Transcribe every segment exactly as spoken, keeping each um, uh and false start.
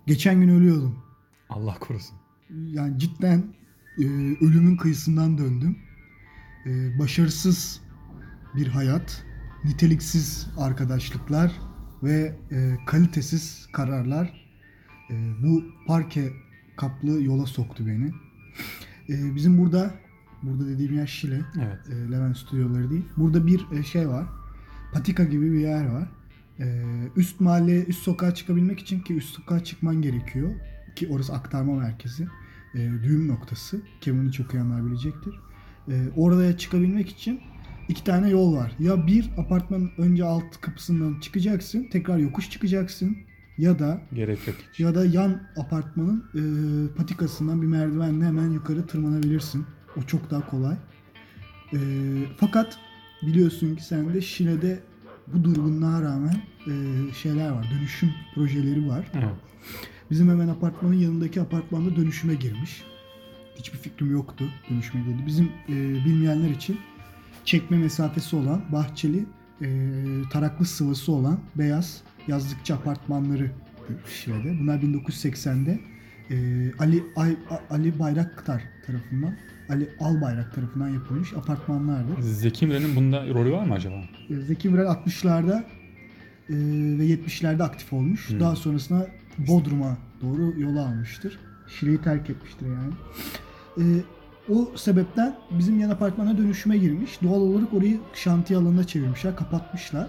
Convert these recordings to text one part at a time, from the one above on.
Geçen gün ölüyordum. Allah korusun. Yani cidden e, ölümün kıyısından döndüm. E, başarısız bir hayat, niteliksiz arkadaşlıklar ve e, kalitesiz kararlar e, bu parke kaplı yola soktu beni. E, bizim burada, burada dediğim yer Şile, Evet. e, Levent Stüdyoları değil. Burada bir e, şey var, patika gibi bir yer var. E, üst mahalle, üst sokağa çıkabilmek için ki üst sokağa çıkman gerekiyor. Ki orası aktarma merkezi, e, düğüm noktası. Kemal'i çok iyi anlar bilecektir. E, oraya çıkabilmek için iki tane yol var. Ya bir apartmanın önce alt kapısından çıkacaksın, tekrar yokuş çıkacaksın. Ya da Gerek yok hiç. ya da yan apartmanın e, patikasından bir merdivenle hemen yukarı tırmanabilirsin. O çok daha kolay. E, fakat biliyorsun ki sen de Şile'de bu durgunluğa rağmen e, şeyler var, dönüşüm projeleri var. Evet. Bizim hemen apartmanın yanındaki apartmanda dönüşüme girmiş. Hiçbir fikrim yoktu dönüşüme girdi. Bizim e, bilmeyenler için çekme mesafesi olan, bahçeli, e, taraklı sıvası olan beyaz yazlıkçı apartmanları Şile'de. Bunlar bin dokuz yüz seksende e, Ali Ay, Ali Bayraktar tarafından, Ali Albayrak tarafından yapılmış apartmanlardır. Zeki Müren'in bunda rolü var mı acaba? E, Zeki Müren altmışlarda e, ve yetmişlerde aktif olmuş. Hmm. Daha sonrasında Bodrum'a doğru yol almıştır. Şile'yi terk etmiştir yani. E, o sebepten bizim yan apartmana dönüşüme girmiş. Doğal olarak orayı şantiye alanına çevirmişler, kapatmışlar.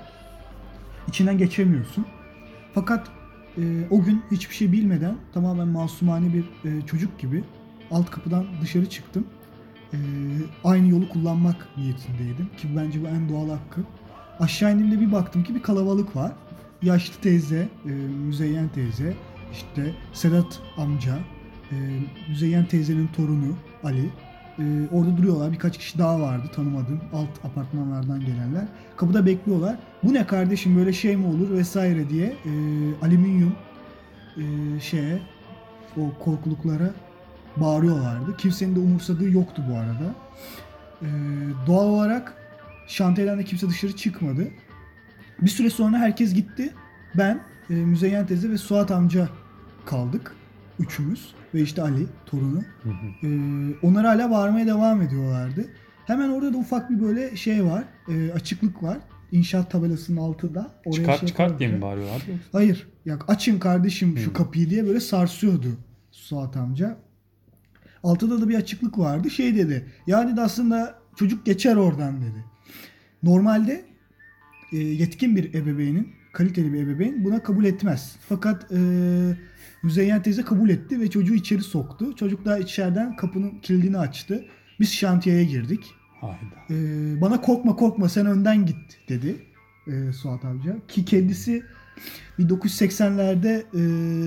İçinden geçemiyorsun. Fakat e, o gün hiçbir şey bilmeden tamamen masumane bir e, çocuk gibi alt kapıdan dışarı çıktım. E, aynı yolu kullanmak niyetindeydim ki bence bu en doğal hakkı. Aşağı indiğimde bir baktım ki bir kalabalık var. Yaşlı teyze, e, Müzeyyen teyze, işte Sedat amca, e, Müzeyyen teyzenin torunu Ali. E, orada duruyorlar. Birkaç kişi daha vardı tanımadığım alt apartmanlardan gelenler. Kapıda bekliyorlar. Bu ne kardeşim böyle şey mi olur vesaire diye e, alüminyum e, şeye o korkuluklara bağırıyorlardı. Kimsenin de umursadığı yoktu bu arada. E, doğal olarak şantiyeden de kimse dışarı çıkmadı. Bir süre sonra herkes gitti. Ben, e, Müzeyyen teyze ve Suat amca kaldık. Üçümüz. Ve işte Ali, torunu. Hı hı. E, onlar hala bağırmaya devam ediyorlardı. Hemen orada da ufak bir böyle şey var. E, açıklık var. İnşaat tabelasının altında. Oraya Çıkart şey çıkart diye mi koyunca- bağırıyorlar? Yoksa? Hayır. Ya açın kardeşim şu Hmm. kapıyı diye böyle sarsıyordu Suat amca. Altıda da bir açıklık vardı. Şey dedi. Ya dedi aslında çocuk geçer oradan dedi. Normalde e, yetkin bir ebeveynin, kaliteli bir ebeveyn buna kabul etmez. Fakat e, Müzeyyen teyze kabul etti ve çocuğu içeri soktu. Çocuk da içeriden kapının kilidini açtı. Biz şantiyeye girdik. Hayda. E, bana korkma korkma sen önden git dedi e, Suat amca. Ki kendisi bin dokuz yüz seksenlerde e,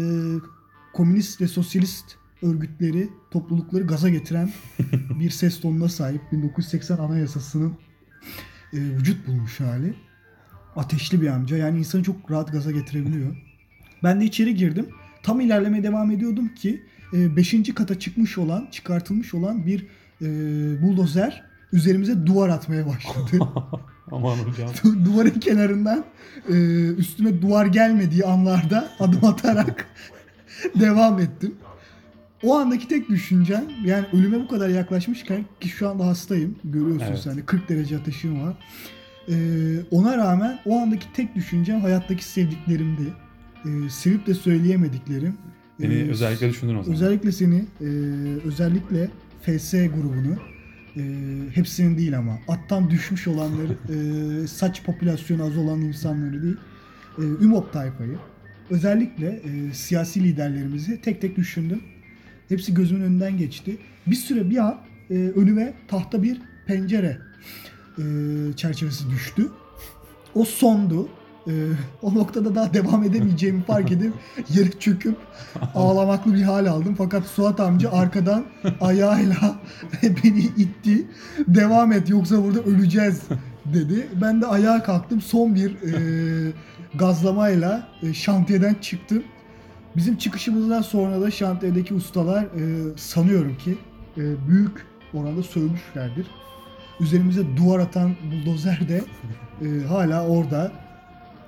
komünist ve sosyalist örgütleri, toplulukları gaza getiren bir ses tonuna sahip. bin dokuz yüz seksen Anayasası'nın e, vücut bulmuş hali. Ateşli bir amca. Yani insanı çok rahat gaza getirebiliyor. Ben de içeri girdim. Tam ilerlemeye devam ediyordum ki beşinci kata çıkmış olan, çıkartılmış olan bir e, buldozer üzerimize duvar atmaya başladı. Aman hocam. Duvarın kenarından e, üstüme duvar gelmediği anlarda adım atarak devam ettim. O andaki tek düşüncem, yani ölüme bu kadar yaklaşmışken ki şu anda hastayım. Görüyorsun Evet. sen de kırk derece ateşim var. Ee, ona rağmen o andaki tek düşüncem hayattaki sevdiklerimdi. Ee, sevip de söyleyemediklerim. Beni Ee, özellikle düşündün o zaman. Özellikle seni, e, özellikle F S grubunu, e, hepsinin değil ama attan düşmüş olanları, e, saç popülasyonu az olan insanları değil, e, Ümop tayfayı, özellikle e, siyasi liderlerimizi tek tek düşündüm. Hepsi gözümün önünden geçti. Bir süre bir an e, önüme tahta bir pencere e, çerçevesi düştü. O sondu. E, o noktada daha devam edemeyeceğimi fark edip yere çöküp ağlamaklı bir hal aldım. Fakat Suat amca arkadan ayağıyla beni itti. Devam et yoksa burada öleceğiz dedi. Ben de ayağa kalktım. Son bir e, gazlamayla e, şantiyeden çıktım. Bizim çıkışımızdan sonra da şantiyedeki ustalar e, sanıyorum ki e, büyük oranda sövmüşlerdir. Üzerimize duvar atan buldozer de e, hala orada.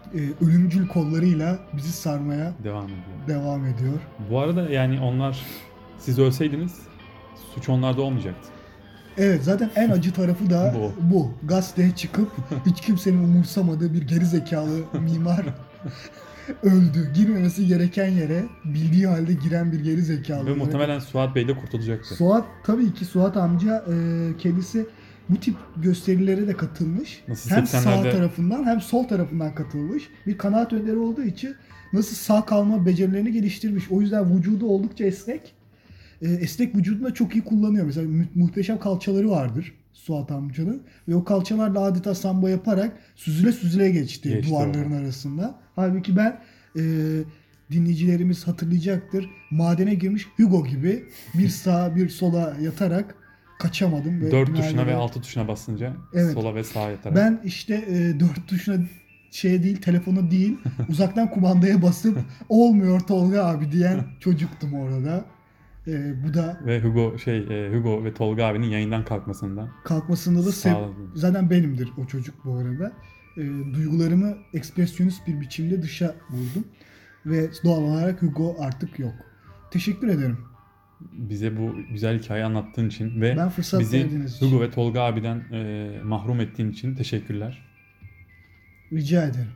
e, ölümcül kollarıyla bizi sarmaya Devam ediyor. devam ediyor. Bu arada yani onlar, siz ölseydiniz suç onlarda olmayacaktı. Evet, zaten en acı tarafı da Bu. bu. Gazeteye çıkıp hiç kimsenin umursamadığı bir gerizekalı mimar öldü. Girmemesi gereken yere bildiği halde giren bir gerizekalı. Ve muhtemelen Suat Bey de kurtulacaktı. Suat, tabii ki Suat amca e, kendisi bu tip gösterilere de katılmış. Nasıl hem seksenlerde sağ tarafından hem sol tarafından katılmış. Bir kanaat önderi olduğu için nasıl sağ kalma becerilerini geliştirmiş. O yüzden vücudu oldukça esnek. E, esnek vücudunu da çok iyi kullanıyor. Mesela mü- muhteşem kalçaları vardır Suat amcanın. Ve o kalçalarla adeta samba yaparak süzüle süzüle geçti, Geçti duvarların orada. arasında. Halbuki ben e, dinleyicilerimiz hatırlayacaktır. Madene girmiş Hugo gibi bir sağa bir sola yatarak kaçamadım. Ve dört tuşuna finallere- ve altı tuşuna basınca Evet. sola ve sağa yatarak. Ben işte e, dört tuşuna şey değil, telefonu değil, uzaktan kumandaya basıp olmuyor Tolga abi diyen çocuktum orada. E, bu da Ve Hugo şey e, Hugo ve Tolga abinin yayından kalkmasından kalkmasında da sev- sağladım. zaten benimdir o çocuk bu arada. E, duygularımı ekspresyonist bir biçimde dışa vurdum. Ve doğal olarak Hugo artık yok. Teşekkür ederim. Bize bu güzel hikayeyi anlattığın için ve Ben fırsat bizi verdiğiniz için. Hugo ve Tolga abiden e, mahrum ettiğin için teşekkürler. Rica ederim.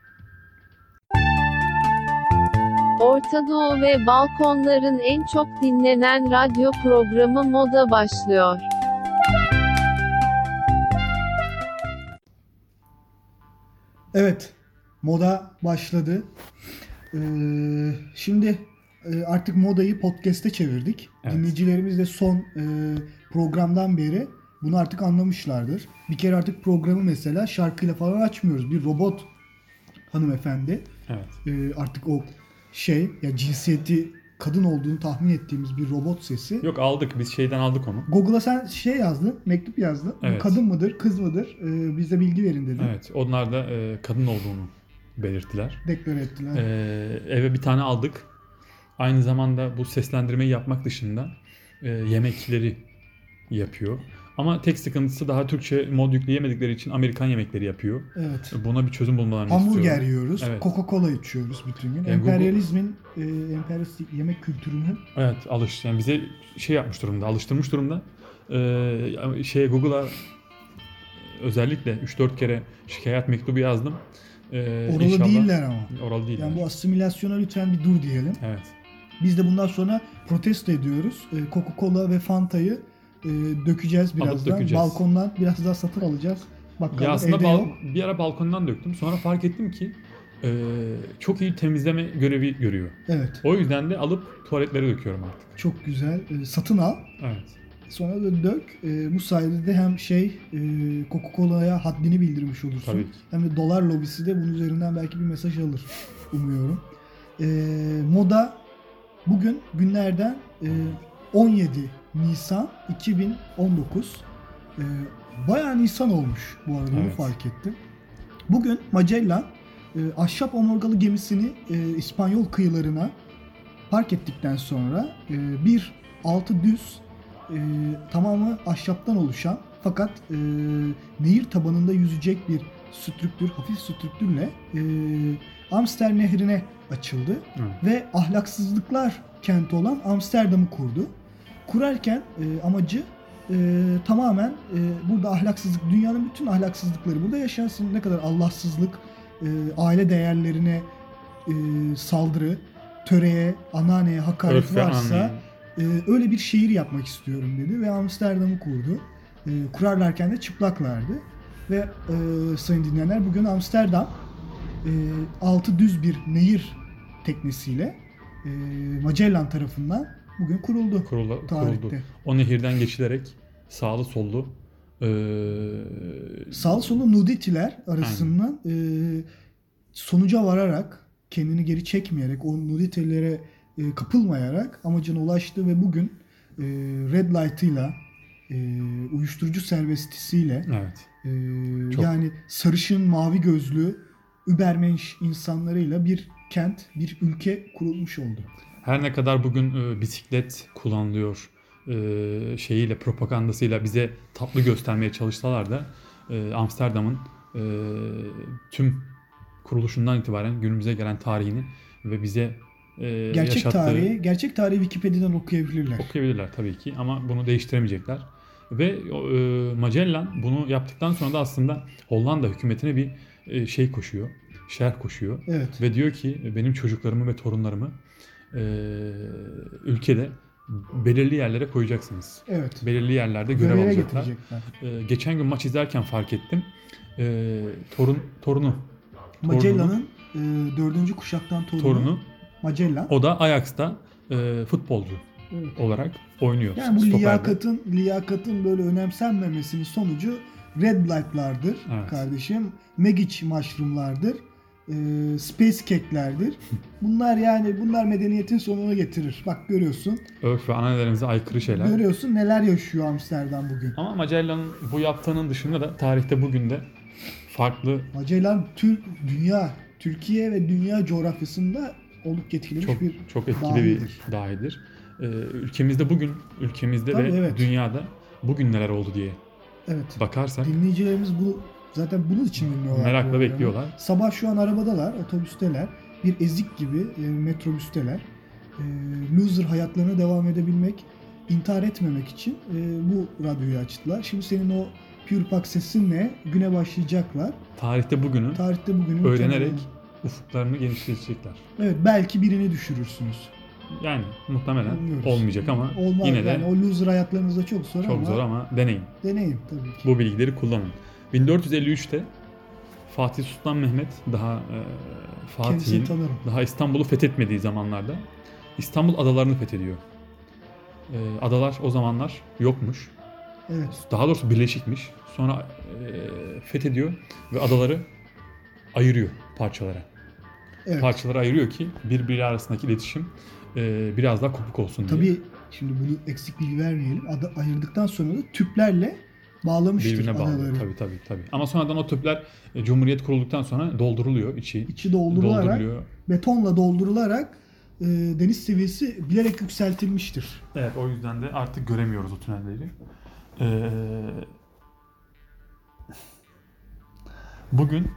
Orta Doğu ve Balkonların en çok dinlenen radyo programı Moda başlıyor. Evet, moda başladı. Ee, şimdi e, artık modayı podcast'e çevirdik. Evet. Dinleyicilerimiz de son e, programdan beri bunu artık anlamışlardır. Bir kere artık programı mesela şarkıyla falan açmıyoruz. Bir robot hanımefendi. Evet. Ee, artık o şey, ya cinsiyeti kadın olduğunu tahmin ettiğimiz bir robot sesi. Yok aldık biz şeyden aldık onu. Google'a sen şey yazdın, mektup yazdın. Bu Evet. kadın mıdır, kız mıdır? Ee, bize bilgi verin dedin. Evet. Onlar da e, kadın olduğunu belirttiler. Deklar ettiler. E, eve bir tane aldık. Aynı zamanda bu seslendirmeyi yapmak dışında e, yemekleri yapıyor. Ama tek sıkıntısı daha Türkçe mod yükleyemedikleri için Amerikan yemekleri yapıyor. Evet. Buna bir çözüm bulmalarını Hamburger istiyorum. yiyoruz, Evet. Coca-Cola içiyoruz bütün gün. Yani Emperyalizmin, e, emperyalist yemek kültürünün Evet alış yani bize şey yapmış durumda, alıştırmış durumda. Ee, şeye Google'a özellikle üç dört kere şikayet mektubu yazdım. Ee, oralı inşallah- değiller ama. Oralı değiller. Yani bu asimilasyona lütfen bir dur diyelim. Evet. Biz de bundan sonra protesto ediyoruz. E, Coca-Cola ve Fanta'yı e, dökeceğiz birazdan. dökeceğiz. Balkondan biraz daha satın alacağız. Bakalım Ya aslında evde bal- yok. bir ara balkondan döktüm. Sonra fark ettim ki e, çok iyi temizleme görevi görüyor. Evet. O yüzden de alıp tuvaletlere döküyorum artık. Çok güzel. E, satın al. Evet. Sonra da dök. E, bu sayede de hem şey e, Coca-Cola'ya haddini bildirmiş olursun. Tabii ki. Hem de dolar lobisi de bunun üzerinden belki bir mesaj alır. Umuyorum. E, moda bugün günlerden e, on yedi Nisan iki bin on dokuz. E, bayağı Nisan olmuş bu arada, onu Evet. fark ettim. Bugün Magellan e, ahşap omurgalı gemisini e, İspanyol kıyılarına park ettikten sonra e, bir altı düz e, tamamı ahşaptan oluşan fakat e, nehir tabanında yüzecek bir strüktür, hafif strüktürle e, Amster Nehri'ne açıldı Evet. ve ahlaksızlıklar kenti olan Amsterdam'ı kurdu. Kurarken e, amacı e, tamamen e, burada ahlaksızlık, dünyanın bütün ahlaksızlıkları burada yaşansın, ne kadar Allahsızlık, e, aile değerlerine e, saldırı, töreye, anneanneye hakaret Örf ve varsa anlayın. e, öyle bir şehir yapmak istiyorum dedi ve Amsterdam'ı kurdu. E, kurarlarken de çıplaklardı. Ve e, sayın dinleyenler, bugün Amsterdam e, altı düz bir nehir teknesiyle e, Magellan tarafından bugün kuruldu. Kurula- Tarihte. kuruldu. O nehirden geçilerek sağlı sollu e, Sağ solu nuditiler arasından e, sonuca vararak, kendini geri çekmeyerek, o nuditelere e, kapılmayarak amacına ulaştı ve bugün e, red light'ıyla, e, uyuşturucu serbestisiyle, evet. e, Çok. yani sarışın, mavi gözlü, übermensch insanlarıyla bir kent, bir ülke kurulmuş oldu. Her ne kadar bugün e, bisiklet kullanılıyor e, şeyiyle, propagandasıyla bize tatlı göstermeye çalışsalar da e, Amsterdam'ın e, tüm kuruluşundan itibaren günümüze gelen tarihini ve bize e, Gerçek yaşattığı... tarihi, gerçek tarihi Wikipedia'dan okuyabilirler. Okuyabilirler tabii ki ama bunu değiştiremeyecekler. Ve e, Magellan bunu yaptıktan sonra da aslında Hollanda hükümetine bir e, şey koşuyor, şerh koşuyor. Evet. Ve diyor ki benim çocuklarımı ve torunlarımı e, ülkede belirli yerlere koyacaksınız. Evet. Belirli yerlerde görev Göreve alacaklar. getirecekler. E, geçen gün maç izlerken fark ettim. E, torun torunu Magellan'ın e, dördüncü kuşaktan torunu, torunu Magellan. o da Ajax'ta e, futbolcu Evet. olarak oynuyor. Yani bu Stoperde. liyakatın liyakatın böyle önemsenmemesinin sonucu Red Blight'lardır Evet. kardeşim. Magic Mushroom'lardır. E, Space Cake'lerdir. Bunlar yani bunlar medeniyetin sonunu getirir. Bak görüyorsun. Örf ve ananelerimize aykırı şeyler. Görüyorsun neler yaşıyor Amsterdam bugün. Ama Magellan'ın bu yaptığının dışında da tarihte bugün de farklı Magellan tüm dünya, Türkiye ve dünya coğrafyasında oldukça etkilemiş çok bir çok etkili dahidir. bir dahidir. Ee, ülkemizde bugün, ülkemizde Tabii, ve evet. dünyada bugün neler oldu diye Evet. bakarsak Dinleyicilerimiz bu zaten bunun için dinliyorlar. merakla programı. bekliyorlar. Sabah şu an arabadalar, otobüsteler. Bir ezik gibi e, metrobüsteler. E, loser hayatlarına devam edebilmek, intihar etmemek için e, bu radyoyu açtılar. Şimdi senin o Pure Pak sesinle güne başlayacaklar. Tarihte bugünü Tarihte bugünü öğrenerek muhtemelen- ufuklarını genişletecekler. Evet, belki birini düşürürsünüz. Yani muhtemelen Bilmiyoruz. olmayacak ama Olmaz. yine de yani o loser hayatlarınızda çok zor çok ama zor ama deneyin. deneyin tabii ki. Bu bilgileri kullanın. bin dört yüz elli üçte Fatih Sultan Mehmet daha e, Fatih'in Kendisini tanırım. daha İstanbul'u fethetmediği zamanlarda İstanbul adalarını fethediyor. E, adalar o zamanlar yokmuş. Evet. Daha doğrusu birleşikmiş. Sonra e, fethediyor ve adaları ayırıyor parçalara. Evet. Parçalara ayırıyor ki birbiri arasındaki iletişim e, biraz daha kopuk olsun diye. Tabii şimdi bunu eksik bilgi vermeyelim. Ada ayırdıktan sonra da tüplerle bağlamıştır Birbirine bağlı. adaları. Tabii tabii tabii. Ama sonradan o tüpler e, Cumhuriyet kurulduktan sonra dolduruluyor içi. İçi doldurularak, Dolduruluyor. betonla doldurularak e, deniz seviyesi bilerek yükseltilmiştir. Evet, o yüzden de artık göremiyoruz o tünelleri. Ee, bugün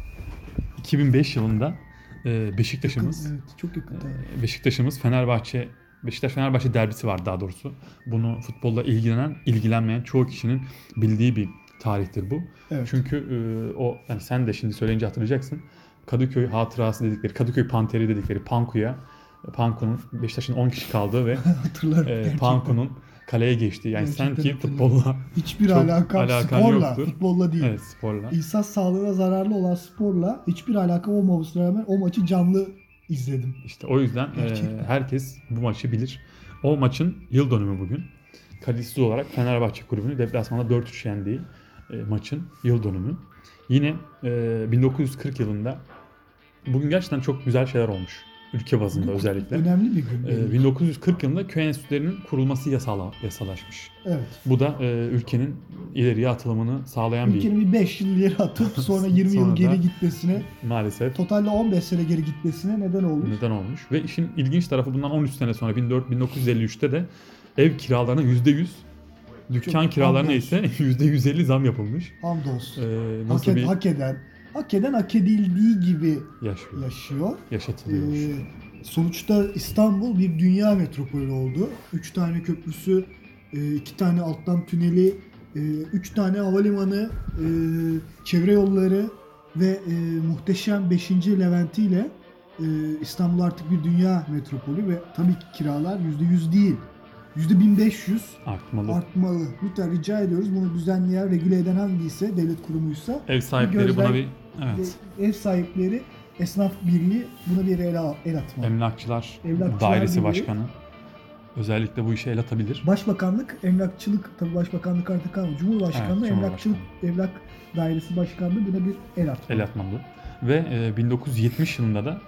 iki bin beş yılında e, Beşiktaş'ımız Evet, çok yakın tarih. e, Beşiktaş'ımız Fenerbahçe Beşiktaş Fenerbahçe derbisi var daha doğrusu. Bunu futbolla ilgilenen, ilgilenmeyen çoğu kişinin bildiği bir tarihtir bu. Evet. Çünkü e, o yani sen de şimdi söyleyince hatırlayacaksın. Kadıköy hatırası dedikleri, Kadıköy Panteri dedikleri Panku'ya Panku'nun Beşiktaş'ın on kişi kaldığı ve Hatırlarım. e, gerçekten. Panku'nun kaleye geçti. Yani Gerçekten sanki hatırlıyorum. futbolla Hiçbir çok alakam alakan sporla, yoktur. futbolla değil. evet sporla. İnsan sağlığına zararlı olan sporla hiçbir alakam olmamasına rağmen o maçı canlı izledim. İşte o yüzden e, Gerçekten. herkes bu maçı bilir. O maçın yıl dönümü bugün. Kalitesiz olarak Fenerbahçe kulübünü deplasmanda dört üç yendiği e, maçın yıl dönümü. Yine e, bin dokuz yüz kırk yılında bugün gerçekten çok güzel şeyler olmuş. Ülke bazında Bugün özellikle. Önemli bir gün. E, bin dokuz yüz kırk yılında köy enstitülerinin kurulması yasala, yasalaşmış. Evet. Bu da e, ülkenin ileriye atılımını sağlayan bir Ülkenin bir beş yıl ileri atıp sonra yirmi Sonra yıl da- geri gitmesine, maalesef totalde on beş sene geri gitmesine neden olmuş. neden olmuş. Ve işin ilginç tarafı bundan on üç sene sonra bin dokuz yüz elli üçte de ev kiralarına yüzde yüz, dükkan Çok kiralarına hamdolsun. ise yüzde yüz elli zam yapılmış. Hamdolsun. Ee, hak, nasıl ed- bir hak eden, hak eden hak edildiği gibi yaşıyor, yaşıyor. yaşatılıyor. Ee, sonuçta İstanbul bir dünya metropolü oldu. Üç tane köprüsü, e, iki tane alttan tüneli, e, üç tane havalimanı, e, çevre yolları ve e, muhteşem beşinci Levent'i ile e, İstanbul artık bir dünya metropolü ve tabii ki kiralar yüzde yüz değil. yüzde bin beş yüz Artmalı. artmalı. Lütfen rica ediyoruz. Bunu düzenleyen, regüle eden hangiyse, devlet kurumuysa Ev sahipleri gözler- buna bir evet. ev sahipleri, esnaf birliği buna bir el, el atmalı. Emlakçılar, Emlakçılar Dairesi Birliği. Başkanı özellikle bu işe el atabilir. Başbakanlık, emlakçılık, tabii başbakanlık artık kalmadı. Cumhurbaşkanlığı, Evet, emlakçılık, emlak dairesi başkanlığı buna bir el atmalı. El atmalı. Ve e, bin dokuz yüz yetmiş yılında da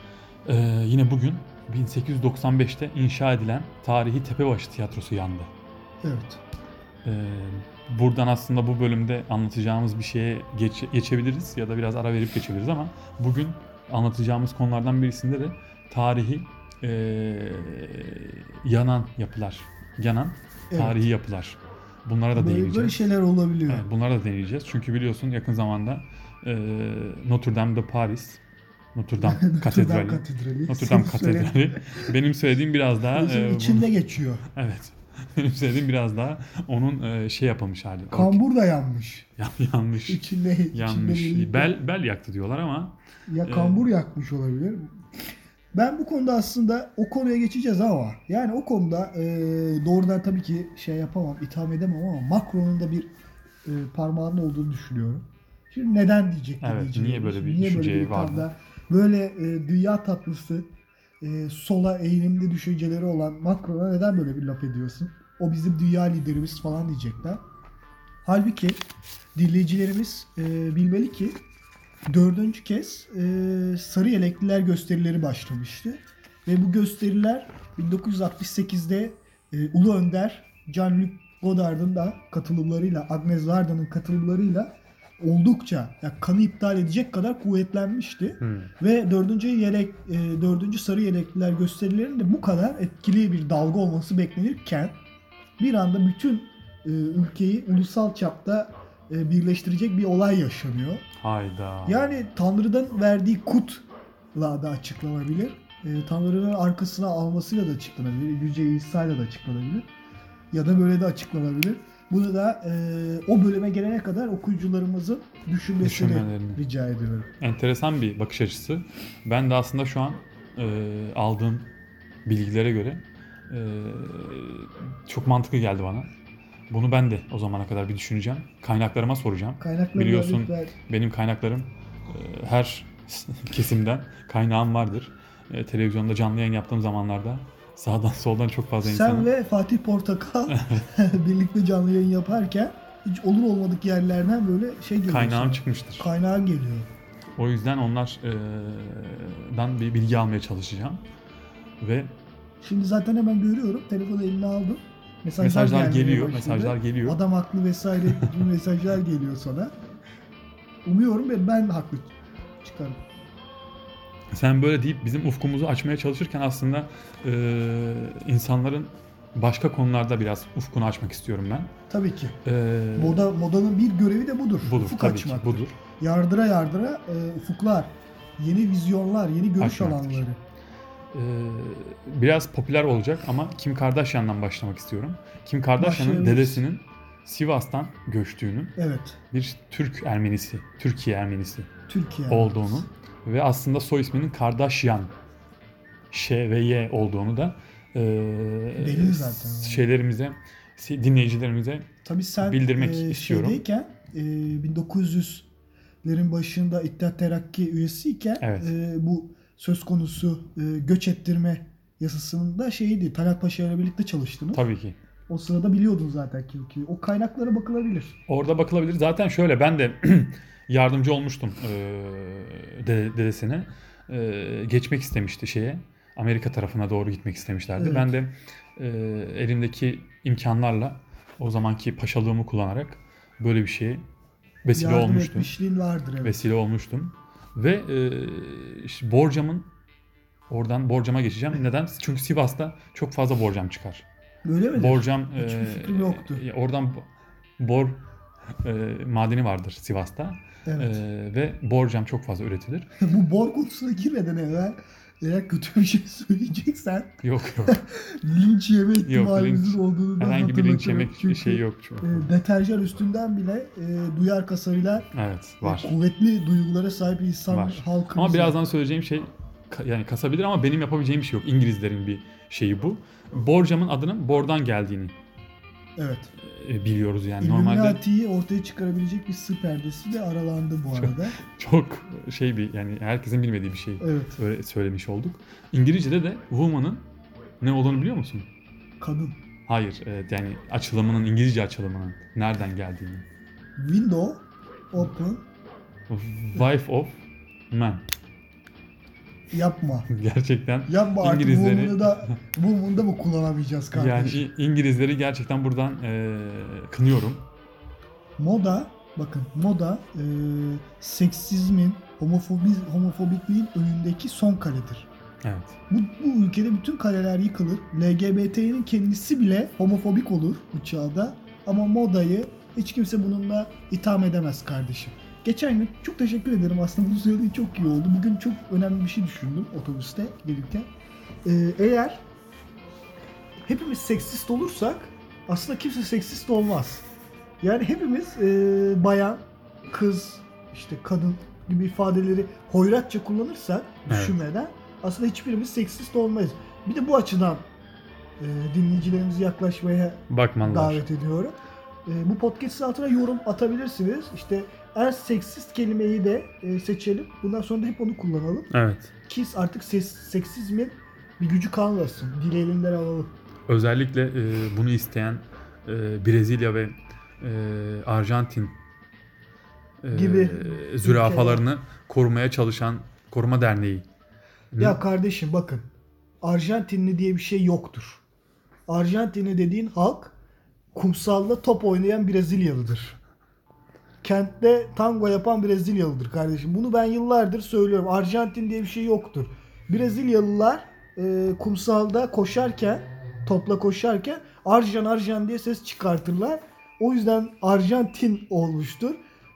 e, yine bugün bin sekiz yüz doksan beşte inşa edilen tarihi Tepebaşı Tiyatrosu yandı. Evet. Ee, buradan aslında bu bölümde anlatacağımız bir şeye geç, geçebiliriz ya da biraz ara verip geçebiliriz ama bugün anlatacağımız konulardan birisinde de tarihi ee, yanan yapılar, yanan Evet. tarihi yapılar. Bunlara da Böyle, değineceğiz. böyle şeyler olabiliyor. Evet, bunlara da değineceğiz. Çünkü biliyorsun yakın zamanda e, Notre Dame de Paris, Notre Dame Notre Dame Katedrali, Katedrali. Notre Dame Senin söylediğin- Katedrali. Benim söylediğim biraz daha Bizim e, içinde bunu- geçiyor. evet. Benim söylediğim biraz daha onun e, şey yapılmış hali. O- Kambur da yanmış. Ya- yanlış. İçinde, içinde Yanmış. birlikte- Bel bel yaktı diyorlar ama Ya kambur yakmış olabilir. Ben bu konuda aslında o konuya geçeceğiz ama yani o konuda e, doğrudan tabii ki şey yapamam, itham edemem ama Macron'un da bir e, parmağının olduğunu düşünüyorum. Şimdi neden diyecek Evet, dinleyicilerimiz? niye böyle bir Niye düşünceye bir vardı? ithamda, böyle e, dünya tatlısı, e, sola eğilimli düşünceleri olan Macron'a neden böyle bir laf ediyorsun? O bizim dünya liderimiz falan diyecekler. Halbuki dinleyicilerimiz e, bilmeli ki dördüncü kez e, sarı yelekliler gösterileri başlamıştı. Ve bu gösteriler bin dokuz yüz altmış sekizde e, Ulu Önder Jean-Luc Godard'ın da katılımlarıyla, Agnes Varda'nın katılımlarıyla oldukça yani kanı iptal edecek kadar kuvvetlenmişti. hmm, Ve dördüncü yelek, e, dördüncü sarı yelekliler gösterilerinde bu kadar etkili bir dalga olması beklenirken bir anda bütün e, ülkeyi ulusal çapta e, birleştirecek bir olay yaşanıyor. hayda. Yani Tanrı'dan verdiği kutla da açıklanabilir. E, Tanrı'nın arkasına almasıyla da açıklanabilir. Yüce İsa'yla da açıklanabilir. Ya da böyle de açıklanabilir. Bunu da e, o bölüme gelene kadar okuyucularımızın düşünmesini Düşünmelerini. rica ediyorum. Enteresan bir bakış açısı. Ben de aslında şu an e, aldığım bilgilere göre e, çok mantıklı geldi bana. Bunu ben de o zamana kadar bir düşüneceğim. Kaynaklarıma soracağım. Kaynaklarına Biliyorsun lütfen- benim kaynaklarım e, her kesimden kaynağım vardır. E, televizyonda canlı yayın yaptığım zamanlarda sağdan soldan çok fazla Sen insanın. ve Fatih Portakal birlikte canlı yayın yaparken hiç olur olmadık yerlerden böyle şey geliyor. Kaynağım sana. çıkmıştır. Kaynağın geliyor. O yüzden onlardan bir bilgi almaya çalışacağım. Ve Şimdi zaten hemen görüyorum. Telefonu eline aldım. Mesajlar, mesajlar gelmeye geliyor, başladı. mesajlar geliyor. Adam haklı vesaire gibi mesajlar geliyor sana. Umuyorum ve ben haklı çıkarım. Sen böyle deyip bizim ufkumuzu açmaya çalışırken aslında e, insanların başka konularda biraz ufkunu açmak istiyorum ben. Tabii ki. E, Moda, modanın bir görevi de budur. budur Ufuk tabii açmak. ki budur. Yardıra yardıra e, ufuklar, yeni vizyonlar, yeni görüş Açmaktır. alanları. E, biraz popüler olacak ama Kim Kardashian'dan başlamak istiyorum. Kim Kardashian'ın Başlayabiliriz. dedesinin Sivas'tan göçtüğünü, Evet. bir Türk Ermenisi, Türkiye Ermenisi Türkiye. olduğunu ve aslında soy isminin Kardashian Ş ve Y olduğunu da e, Belli zaten. şeylerimize, dinleyicilerimize Tabii sen bildirmek e, istiyorum. şeydeyken e, bin dokuz yüzlerin başında İttihat Terakki üyesiyken Evet. e, bu söz konusu e, göç ettirme yasasının da şeydi. Talat Paşa ile birlikte çalıştınız. Tabii ki. O sırada biliyordun zaten ki, ki o kaynaklara bakılabilir. Orada bakılabilir. Zaten şöyle ben de yardımcı olmuştum e, dede- dedesine. E, geçmek istemişti şeye. Amerika tarafına doğru gitmek istemişlerdi. Evet. Ben de e, elimdeki imkanlarla o zamanki paşalığımı kullanarak böyle bir şeye vesile Yardım olmuştum. etmişliğin vardır. Evet. Vesile olmuştum. Ve e, işte Borcam'ın oradan Borcam'a geçeceğim. Neden? Çünkü Sivas'ta çok fazla borcam çıkar. Öyle mi? Borcam Hiçbir e, fikrim yoktu. e, oradan bo- bor e, madeni vardır Sivas'ta. Evet. E, ve borcam çok fazla üretilir. Bu bor konusuna girmeden evvel eğer kötü bir şey söyleyeceksen Yok yok. linç yeme ihtimalimizin linç- olduğunu da Herhangi bir linç hatırlatıyorum. yemek Çünkü, şey yok. Çünkü. e, deterjan üstünden bile e, duyar kasabilen Evet e, var. kuvvetli duygulara sahip insan Var. halkımız. Ama birazdan söyleyeceğim şey ka- yani kasabilir ama benim yapabileceğim bir şey yok. İngilizlerin bir şeyi bu. Borcam'ın adının bordan geldiğini Evet. e, biliyoruz yani. Normalde Illuminati'yi ortaya çıkarabilecek bir sır perdesi de aralandı bu arada. çok şey bir yani herkesin bilmediği bir şey. Evet. Öyle söylemiş olduk. İngilizce'de de woman'ın ne olduğunu biliyor musun? Kadın. Hayır, evet, yani açılımının İngilizce açılımının nereden geldiğini. Window open. Wife of man. Yapma. Gerçekten Yapma artık İngilizleri- bunu da bunu da mı kullanamayacağız yani kardeşim? İ- İngilizleri gerçekten buradan eee, kınıyorum. Moda, bakın moda e, seksizmin, homofobi, homofobikliğin önündeki son kaledir. Evet. Bu, bu ülkede bütün kaleler yıkılır. L G B T'nin kendisi bile homofobik olur bu çağda. Ama modayı hiç kimse bununla itham edemez kardeşim. geçen gün çok teşekkür ederim aslında, bu söylediğin çok iyi oldu. Bugün çok önemli bir şey düşündüm otobüste gelirken. Ee, eğer hepimiz seksist olursak aslında kimse seksist olmaz. Yani hepimiz e, bayan, kız, işte kadın gibi ifadeleri hoyratça kullanırsak Evet. düşünmeden aslında hiçbirimiz seksist olmayız. Bir de bu açıdan e, dinleyicilerimizi yaklaşmaya Bakmalılar. davet ediyorum. E, bu podcast'ın altına yorum atabilirsiniz. İşte eğer seksist kelimeyi de e, seçelim. Bundan sonra da hep onu kullanalım. Evet. Ki artık ses, seksizmin bir gücü kalmasın. Dili elinden alalım. Özellikle e, bunu isteyen e, Brezilya ve e, Arjantin e, Gibi zürafalarını korumaya çalışan Koruma Derneği. Ya kardeşim bakın. Arjantinli diye bir şey yoktur. Arjantinli dediğin halk kumsalda top oynayan Brezilyalıdır. Kentte tango yapan Brezilyalıdır kardeşim. Bunu ben yıllardır söylüyorum. Arjantin diye bir şey yoktur. Brezilyalılar e, kumsalda koşarken, topla koşarken Arjan Arjan diye ses çıkartırlar. O yüzden Arjantin olmuştur.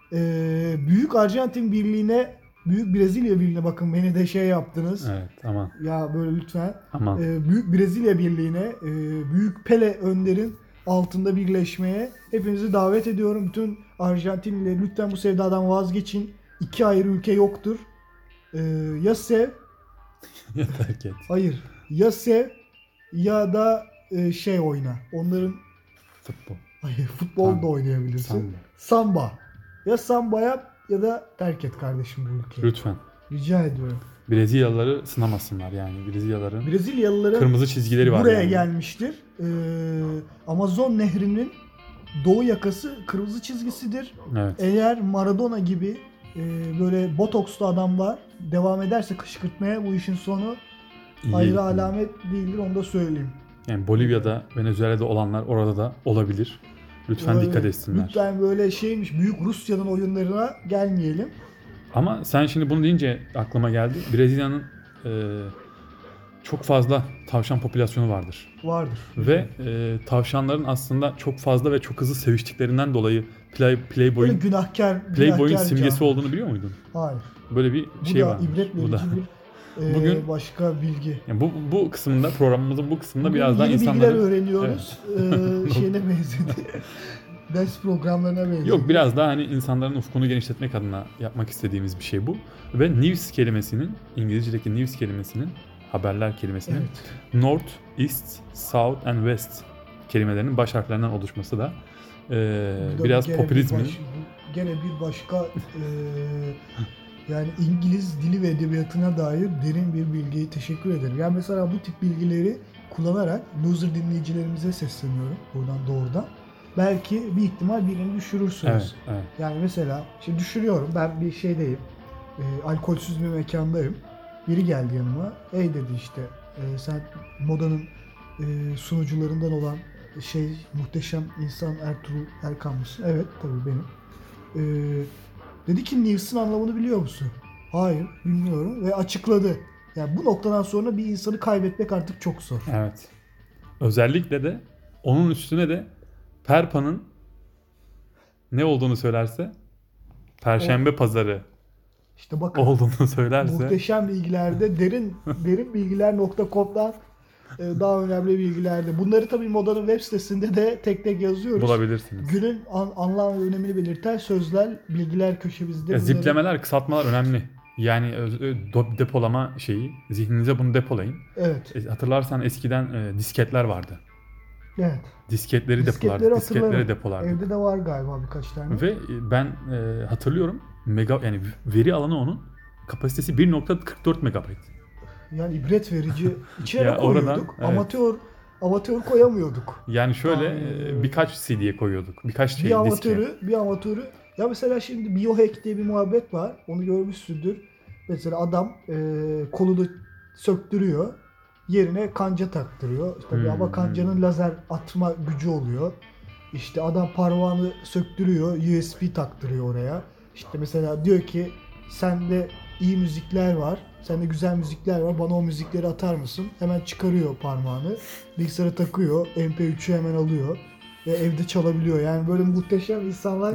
E, Büyük Arjantin Birliği'ne, Büyük Brezilya Birliği'ne bakın, beni de şey yaptınız. Evet, aman. Ya böyle lütfen. Aman. E, Büyük Brezilya Birliği'ne, e, Büyük Pele Önder'in altında birleşmeye hepinizi davet ediyorum. Bütün Arjantinliler lütfen bu sevdadan vazgeçin. İki ayrı ülke yoktur. Ee, ya sev, Ya terk et. hayır. Ya sev ya da e, şey oyna. Onların Futbol. hayır, futbol da Samba. oynayabilirsin. Samba. Samba. Ya samba yap ya da terk et kardeşim bu ülkeyi. Lütfen. Rica ediyorum. Brezilyalıları sınamasınlar yani. Brezilyalıların Brezilyalıların kırmızı çizgileri var buraya yani. gelmiştir. Ee, Amazon Nehri'nin doğu yakası kırmızı çizgisidir. Evet. Eğer Maradona gibi e, böyle botokslu adamlar devam ederse kışkırtmaya, bu işin sonu İyi. hayra alamet değildir, onu da söyleyeyim. Yani Bolivya'da, Venezuela'da olanlar orada da olabilir. Lütfen Böyle, dikkat etsinler. Lütfen böyle şeymiş, büyük Rusya'nın oyunlarına gelmeyelim. Ama sen şimdi bunu deyince aklıma geldi. Brezilya'nın e, çok fazla tavşan popülasyonu vardır. Vardır. Ve e, tavşanların aslında çok fazla ve çok hızlı seviştiklerinden dolayı Play, Böyle Playboy'un günahkar, Playboy'un günahkar simgesi canlı. olduğunu biliyor muydun? Hayır. Böyle bir Bu şey da var. ibret verici Bu da. bir e, Bugün- başka bilgi. Yani bu bu kısmında, programımızın bu kısmında Bugün biraz daha yeni bilgiler insanların öğreniyoruz. Ee, şeyine benzedi. Ders programlarına benzedi. Yok, biraz daha hani insanların ufkunu genişletmek adına yapmak istediğimiz bir şey bu. Ve news kelimesinin, İngilizce'deki news kelimesinin, haberler kelimesinin Evet. North, East, South and West kelimelerinin baş harflerinden oluşması da e, Bu da biraz gene popülizmin Bir baş, bu gene bir başka e, yani İngiliz dili ve edebiyatına dair derin bir bilgiye teşekkür ederim. Yani mesela bu tip bilgileri kullanarak loser dinleyicilerimize sesleniyorum buradan doğrudan. Belki bir ihtimal birini düşürürsünüz. evet, evet. Yani mesela şimdi düşürüyorum, ben bir şeydeyim, e, alkolsüz bir mekandayım. Biri geldi yanıma, ey dedi işte e, sen modanın e, sunucularından olan şey muhteşem insan Ertuğrul Erkan mısın? Evet tabii benim. E, dedi ki news'ın anlamını biliyor musun? Hayır bilmiyorum ve açıkladı. Yani bu noktadan sonra bir insanı kaybetmek artık çok zor. Evet. Özellikle de onun üstüne de Perpa'nın ne olduğunu söylerse, Perşembe Pazarı İşte bakın. olduğunu söylerse Muhteşem bilgilerde derin derin bilgiler nokta com'dan e, daha önemli bilgilerde. Bunları tabii Moda'nın web sitesinde de tek tek yazıyoruz. bulabilirsiniz. Günün an, anlam ve önemini belirten sözler, bilgiler köşemizde. Ya, bunları- ziplemeler, kısaltmalar önemli. Yani ö- ö- do- depolama şeyi, zihninize bunu depolayın. Evet. E, hatırlarsan eskiden e, disketler vardı. Evet. Disketleri Disketleri depolardık, disketleri hatırlarım. depolardık. Evde de var galiba birkaç tane. Ve e, ben e, hatırlıyorum, mega yani veri alanı onun kapasitesi bir nokta kırk dört megabayt. Yani ibret verici. İçine Ya ne koyuyorduk? oradan, evet. Amatör amatör koyamıyorduk. Yani şöyle Aa. e, birkaç C D'ye koyuyorduk. Birkaç şey bir diske. amatörü, bir amatörü. Ya mesela şimdi biohack diye bir muhabbet var. Onu görmüşsündür. Mesela adam e, kolunu söktürüyor. Yerine kanca taktırıyor. İşte Hmm, ama kancanın lazer atma gücü oluyor. İşte adam parmağını söktürüyor. U S B taktırıyor oraya. İşte mesela diyor ki sende iyi müzikler var. Sende güzel müzikler var. Bana o müzikleri atar mısın? Hemen çıkarıyor parmağını. Bilgisayara takıyor. M P üçü hemen alıyor. Ve evde çalabiliyor. Yani böyle muhteşem insanlar Evet.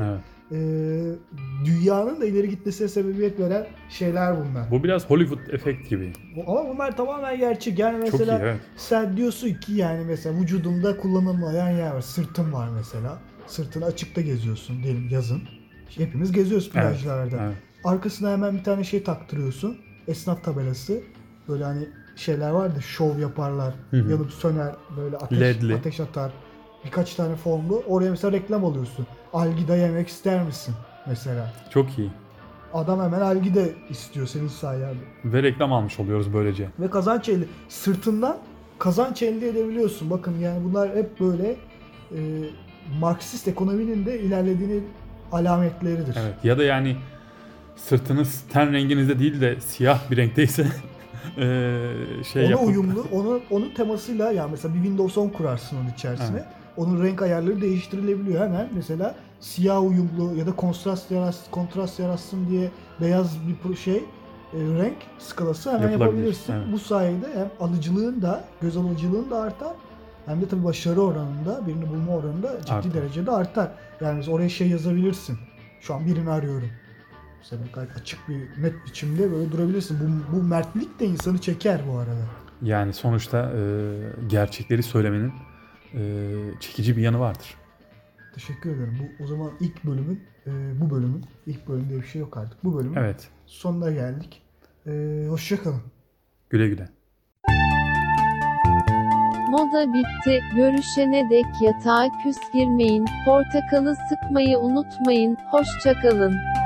e, dünyanın da ileri gitmesine sebebiyet veren şeyler bunlar. Bu biraz Hollywood efekt gibi. Ama bunlar tamamen gerçek. Yani Çok mesela iyi, evet. sen diyorsun ki yani mesela vücudumda kullanılmayan yer var. Sırtım var mesela. Sırtını açıkta geziyorsun diyelim yazın. Hepimiz geziyoruz Evet, plajlarda. evet. Arkasına hemen bir tane şey taktırıyorsun. Esnaf tabelası. Böyle hani şeyler var da şov yaparlar. Hı hı. Yanıp söner. Böyle ateş, Ledli. ateş atar. Birkaç tane formlu. Oraya mesela reklam alıyorsun. Algida yemek ister misin? Mesela. Çok iyi. Adam hemen algida istiyor senin sayende. Ve reklam almış oluyoruz böylece. Ve kazanç elde, sırtından kazanç elde edebiliyorsun. Bakın yani bunlar hep böyle e, Marksist ekonominin de ilerlediğinin alametleridir. Evet. Ya da yani sırtınız ten renginizde değil de siyah bir renkteyse eee, şey Ona yapıp uyumlu, onu, onun temasıyla yani mesela bir Windows on kurarsın onun içerisine. Evet. Onun renk ayarları değiştirilebiliyor hemen. Mesela siyah uyumlu ya da kontrast yaratsın, kontrast yaratsın diye beyaz bir pro- şey e, renk skalası hemen Yapılabilir, yapabilirsin. evet. Bu sayede hem alıcılığın da, göz alıcılığın da artar. Hem de tabii başarı oranında, birini bulma oranında ciddi Artar. derecede artar. Yani mesela oraya şey yazabilirsin. Şu an birini arıyorum. Mesela gayet açık bir net biçimde böyle durabilirsin. Bu, bu mertlik de insanı çeker bu arada. yani sonuçta eee, gerçekleri söylemenin eee, çekici bir yanı vardır. Teşekkür ederim. Bu o zaman ilk bölümün, e, bu bölümün, ilk bölümde bir şey yok artık. Bu bölümün Evet. sonuna geldik. E, hoşça kalın. Güle güle. Moda bitti. Görüşene dek yatağa küs girmeyin. Portakalı sıkmayı unutmayın. Hoşça kalın.